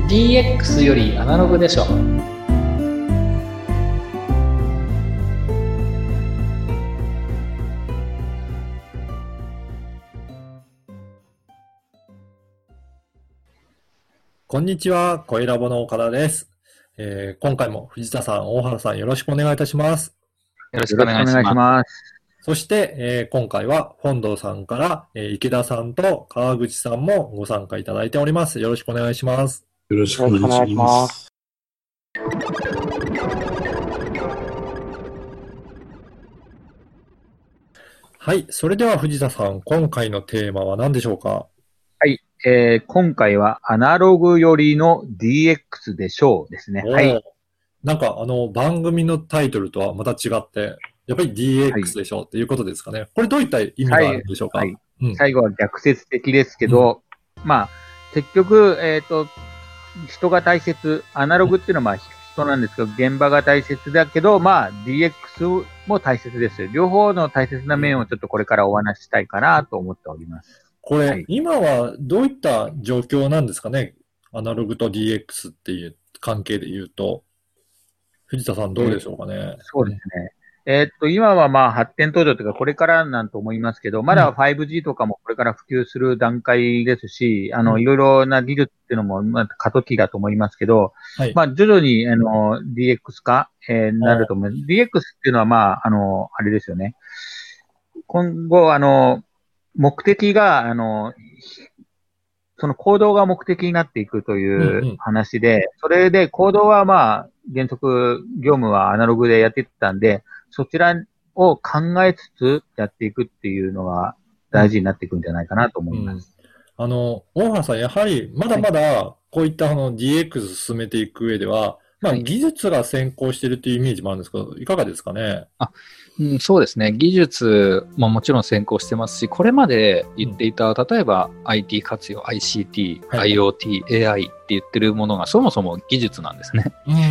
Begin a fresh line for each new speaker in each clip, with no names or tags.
DX よりアナログでしょ。
こんにちは、声ラボの岡田です。今回も藤田さん、大原さん、よろしくお願いいたします。
よろし
よ
くお願いし
ろしくお願いし
ます。
ます。
そして、今回は本堂さんから、池田さんと川口さんもご参加いただいております。よろしくお願いします。
よろしくお
よろしくお願い
願いしま
します。
す。
はい、それでは藤田さん、今回のテーマは何でしょうか？
はい。今回はアナログ寄りの DX でしょうですね。はい。
おー。なんか番組のタイトルとはまた違って、やっぱり
はい。
DX でしょうっていうことですかね。これどういった意味があるんでしょうか？
はい。
うん。
最後は逆説的ですけ
うん。
ど、まあ、結局、人が大切、アナログっていうのはまあ人なんですけど、現場が大切だけど、まあ DX も大切です。両方の大切な面をちょっとこれからお話ししたいかなと思っております。
これ、
はい。
今はどういった状況なんですかね？アナログと DX っていう関係で言うと、藤田さんどうでしょうかね？
そうですね。今はまあ発展途上というか、これからなんと思いますけど、まだ
うん、
5G とかもこれから普及する段階ですし、
うん、
いろいろな技術っていうのも、まあ、過渡期だと思いますけど、
はい。
まあ、徐々に、DX 化、なる
あ、
と思います。DX っていうのは、まあ、あれですよね。今後、目的が、その行動が目的になっていくと
うん、
いう
うん、
話で、それで行動はまあ、原則業務はアナログでやってたんで、そちらを考えつつやっていくっていうのが
うん、
大事になっていくんじゃないかなと思
うん。
います。
大原さん、やはりまだ
はい。
まだこういったDX 進めていく上では、まあ
はい。
技術が先行しているというイメージもあるんですけど、いかがですかね？
あ、そうですね。技術ももちろん先行してますし、これまで
うん。
言っていた、例えば IT 活用、ICT、
はい。
IoT、AI って言ってるものがそもそも技術なんですね。
うん、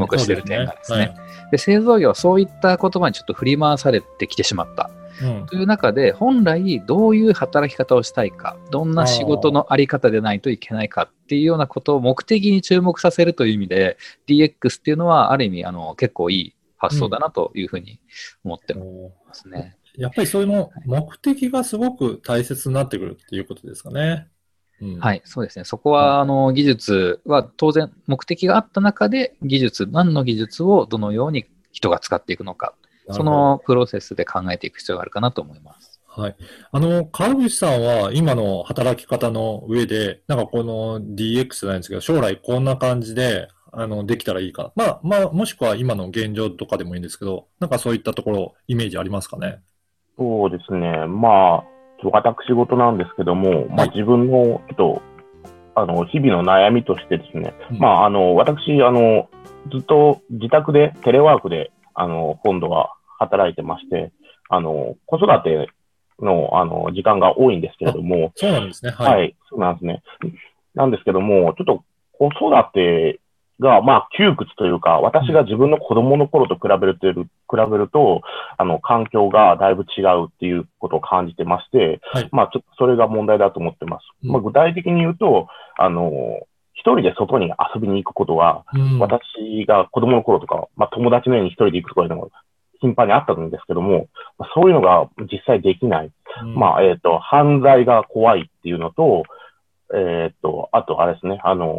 注目
そう
してる点
ですね。
がですね。
はい。
で、製造業はそういった言葉にちょっと振り回されてきてしまった。
うん。
という中で、本来どういう働き方をしたいか、どんな仕事
ああ、
のあり方でないといけないかっていうようなことを目的に注目させるという意味で、DX っていうのはある意味、結構いい発想だ
うん。
なというふうに思って
お
ますね。
やっぱりそういうの
はい、
目的がすごく大切になってくるっていうことですかね。うん。
はい、そうですね。そこ
あ
は、技術は当然目的があった中で、何の技術をどのように人が使っていくのか、そ
なるほど。
のプロセスで考えていく必要があるかなと思います。
はい。川口さんは今の働き方の上で、なんかこの DX なんですけど、将来こんな感じで、できたらいいか。もしくは今の現状とかでもいいんですけど、なんかそういったところ、イメージありますかね？
そうですね。まあ、私事なんですけども、
はい。
自分の、日々の悩みとしてですね、
うん。
私、ずっと自宅で、テレワークで、今度は働いてまして、子育ての、時間が多いんですけれ
あ、
ども、
そうなんですね。はい。
はい、そうなんですね。なんですけども、ちょっと子育てが、窮屈というか、
うん。
私が自分の子供の頃と比べると、環境がだいぶ違うっていうことを感じてまして、
はい。
ちょっとそれが問題だと思ってます。
うん。
具体的に言うと、あの、一人で外に遊びに行くことは、
うん。
私が子供の頃とか、友達のように一人で行くとかいうのが頻繁にあったんですけども、そういうのが実際できない。
うん。
犯罪が怖いっていうのと、あとあれですね、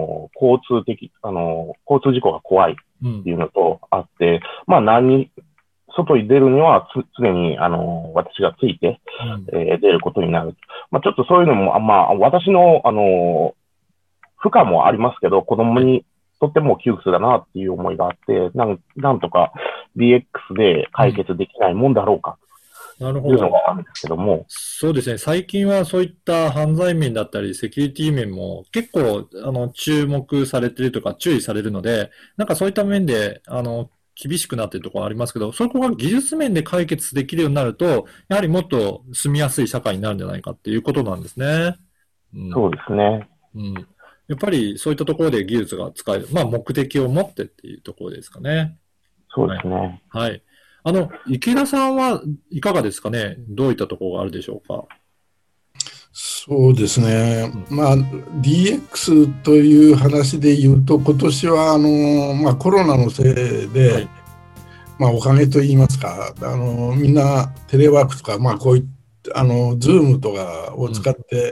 交通事故が怖いっ
うん。
ていうのとあって、外に出るには常に、私がついて、
うん。
出ることになる。ちょっとそういうのも、私の、負荷もありますけど、子供
はい。
にとっても窮屈だなっていう思いがあって、なんとか DX で解
うん。
決できないもんだろうか
なる
というの
ほど。
があるんですけども、
そうですね。最近はそういった犯罪面だったり、セキュリティ面も結構、注目されているとか注意されるので、なんかそういった面で、厳しくなっているところありますけど、そこが技術面で解決できるようになると、やはりもっと住みやすい社会になるんじゃないかっていうことなんですね。うん。
そうですね。
うん。やっぱりそういったところで技術が使える。まあ目的を持ってっていうところですかね。
そう
はい。
ですね。
はい。池田さんはいかがですかね？どういったところがあるでしょうか？
そうですね。
うん。
まあ、DX という話で言うと、今年はコロナのせいで、
はい。
おかげと言いますか、みんなテレワークとか、こういったズームとかを
うん。
使って、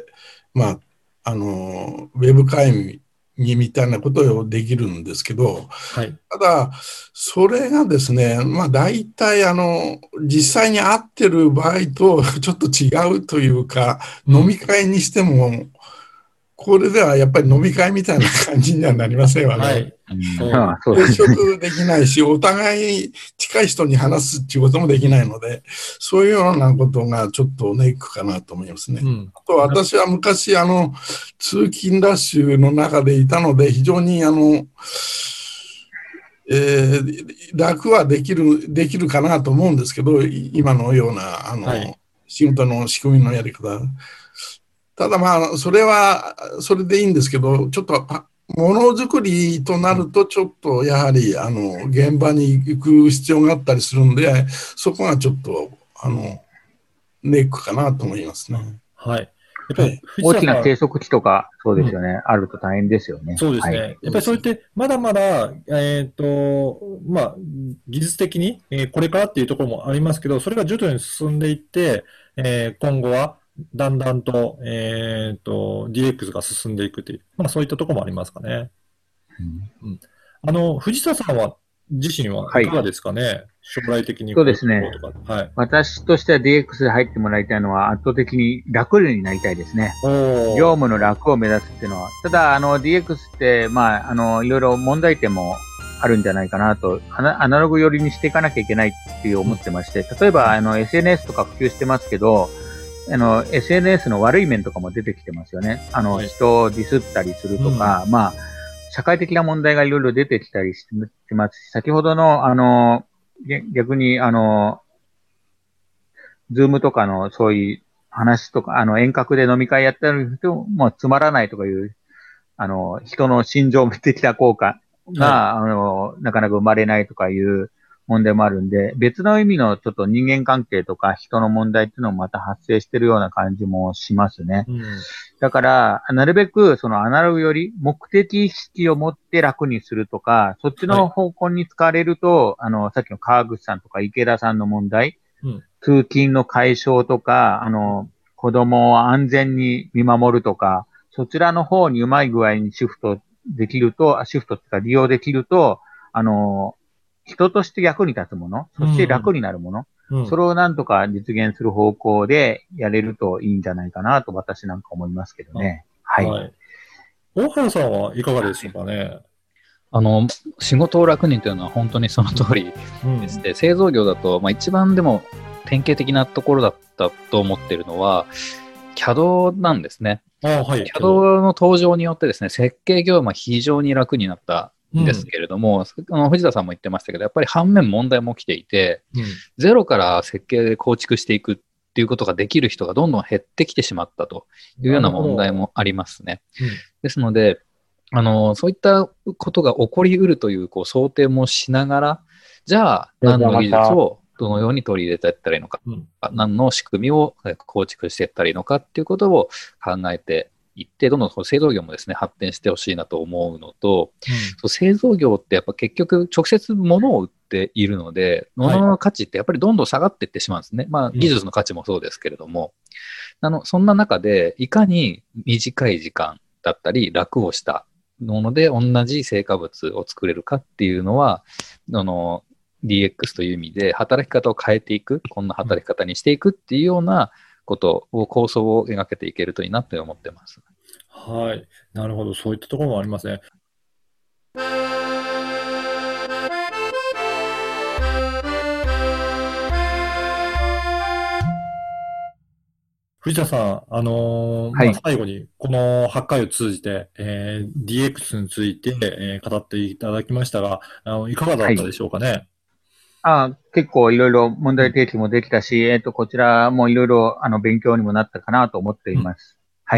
まあ、ウェブ会議みたいなことをできるんですけど、
はい。
ただ、それがですね、大体実際に会ってる場合とちょっと違うというか、飲み
うん。
会にしても、これではやっぱり飲み会みたいな感じにはなりませんわね。
はい。
うん、
そうです
接
そうですね。
触できないし、お互い近い人に話すっていうこともできないので、そういうようなことがちょっとネックかなと思いますね。
うん。
あと私は昔、通勤ラッシュの中でいたので、非常に楽はできるかなと思うんですけど、今のような、
はい。
仕事の仕組みのやり方。ただそれは、それでいいんですけど、ちょっと、ものづくりとな
うん。
ると、ちょっとやはり、現場に行く必要があったりするんで、そこがちょっと、
うん。
ネックかなと思います
あ、
ね。
はい。やっぱり、
はい。
大きな
藤田さん、
計測器とか、そう
うん。
ですよね。あると大変ですよね。はい。
そうですね。やっぱりそう
そうですね。
やって、まだまだ、技術的に、これからっていうところもありますけど、それが徐々に進んでいって、今後は、だんだんと、DX が進んでいくという、そういったところもありますかね。
うん、
うん。藤田さんは、自身はい
はい。
かがですかね。将来的に
そう
こういう
ですね。
ところとか。はい。
私としては DX で入ってもらいたいのは圧倒的に楽になりたいですね。業
おー。
務の楽を目指すっていうのは。ただ、DX って、いろいろ問題点もあるんじゃないかなと、アナログ寄りにしていかなきゃいけないっていう思
うん。
ってまして、例えば、
うん。
SNS とか普及してますけど、SNS の悪い面とかも出てきてますよね。
はい。
人をディスったりする
うん。
とか、社会的な問題がいろいろ出てきたりしてますし、先ほどの、逆に、ズームとかのそういう話とか、遠隔で飲み会やったりと、もうつまらないとかいう、人の心情的な効果
はい。
が、なかなか生まれないとかいう問題もあるんで、別の意味のちょっと人間関係とか人の問題っていうのもまた発生してるような感じもしますね。
うん。
だから、なるべくそのアナログより目的意識を持って楽にするとか、そっち
はい。
の方向に使われると、さっきの川口さんとか池田さんの問題、
うん。
通勤の解消とか、子供を安全に見守るとか、そちらの方にうまい具合にシフトできると、シフトっていうか利用できると、あの、人として役に立つもの、
う
そして楽
ん。
になるもの、
うん。
それをなんとか実現する方向でやれるといいんじゃないかなと私なんか思いますけど
あ、
ね。はい。
はい。大原さんはいかがでしょうかね。
あの、仕事を楽にというのは本当にその通り
うん。
でして、製造業だと、一番でも典型的なところだったと思っているのは、CAD なんですね。
あ、はい、け
CAD
ど。
の登場によってですね、設計業務は非常に楽になったんです
うん。
けれども、藤田さんも言ってましたけど、やっぱり反面問題も起きていて、
うん。
ゼロから設計で構築していくっていうことができる人がどんどん減ってきてしまったというような
なるほ
問題
ど。
もありますね。
うん。
ですので、そういったことが起こりうるという、想定もしながら、じゃあ、
おはようござ
何の技
いました。
術をどのように取り入れていったらいいのか、
うん。
何の仕組みを構築していったらいいのかっていうことを考えていって、どんどん製造業もですね、発展してほしいなと思うのと、
うん。
製造業ってやっぱ結局直接物を売っているので、
はい。
物の価値ってやっぱりどんどん下がっていってしまうんですね。技
うん。
術の価値もそうですけれども、そんな中で、いかに短い時間だったり、楽をしたもので同じ成果物を作れるかっていうのは、DX という意味で働き方を変えていく、こんな
うん。
働き方にしていくっていうようなことを、構想を描けていけるといいなって思ってます。
はい。なるほど。そういったところもありますね。藤田さん、
はい。
最後に、この8回を通じて、DX について、語っていただきましたが、いかがだ
はい。
ったでしょうかね。
結構いろいろ問
うん。
題提起もできたし、こちらもいろいろ勉強にもなったかなと思ってい
うん。
ます。は
うん。
い。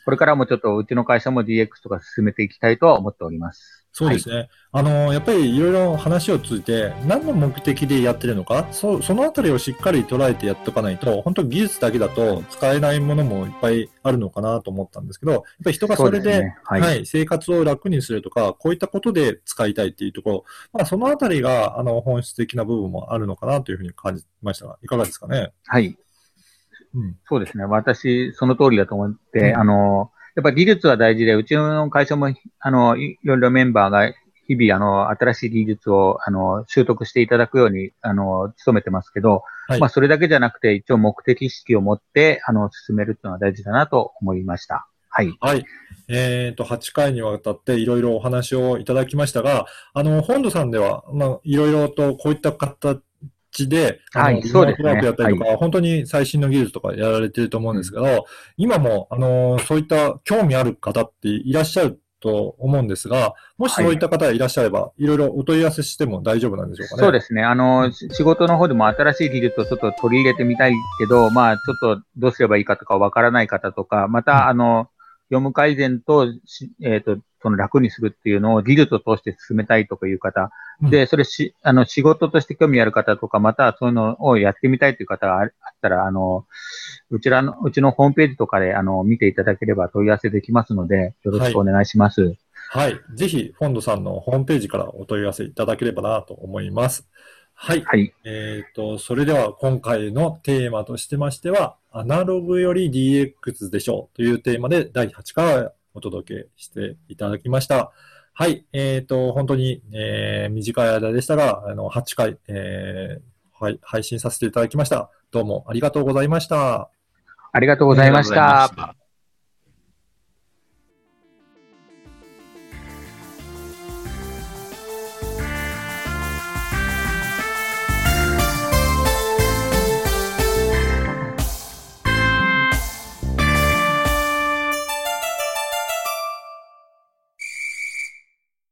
これからもちょっとうちの会社も DX とか進めていきたいとは思っております。
そうですね。やっぱりいろいろ話を通じて、何の目的でやってるのか、そのあたりをしっかり捉えてやっておかないと、本当技術だけだと使えないものもいっぱいあるのかなと思ったんですけど、やっぱり人がそれで、生活を楽にするとか、こういったことで使いたいっていうところ、そのあたりが、本質的な部分もあるのかなというふうに感じましたが、いかがですかね。
はい。そうですね。私、その通りだと思って、やっぱり技術は大事で、うちの会社も、いろいろメンバーが日々、新しい技術を、習得していただくように、努めてますけど、それだけじゃなくて、一応目的意識を持って、進めるっていうのは大事だなと思いました。はい。
はい。8回にわたっていろいろお話をいただきましたが、本土さんでは、いろいろとこういった形で、リモートワークやったりとか、本当に最新の技術とかやられてると思うんですけど、今も、そういった興味ある方っていらっしゃると思うんですが、もしそういった方がいらっしゃれば、いろいろお問い合わせしても大丈夫なんでしょうかね。
そうですね。仕事の方でも新しい技術をちょっと取り入れてみたいけど、ちょっとどうすればいいかとかわからない方とか、また、業務改善と、その楽にするっていうのを技術を通して進めたいとかいう方、で、それ仕事として興味ある方とか、またそういうのをやってみたいという方があったら、うちのホームページとかで、見ていただければ問い合わせできますので、よろしくお願いします。
はい。ぜひ、フォンドさんのホームページからお問い合わせいただければなと思います。はい。はい。それでは今回のテーマとしてましては、アナログより DX でしょうというテーマで第8回お届けしていただきました。はい。本当に、短い間でしたが、8回、はい、配信させていただきました。どうもありがとうございました。
ありがとうございました。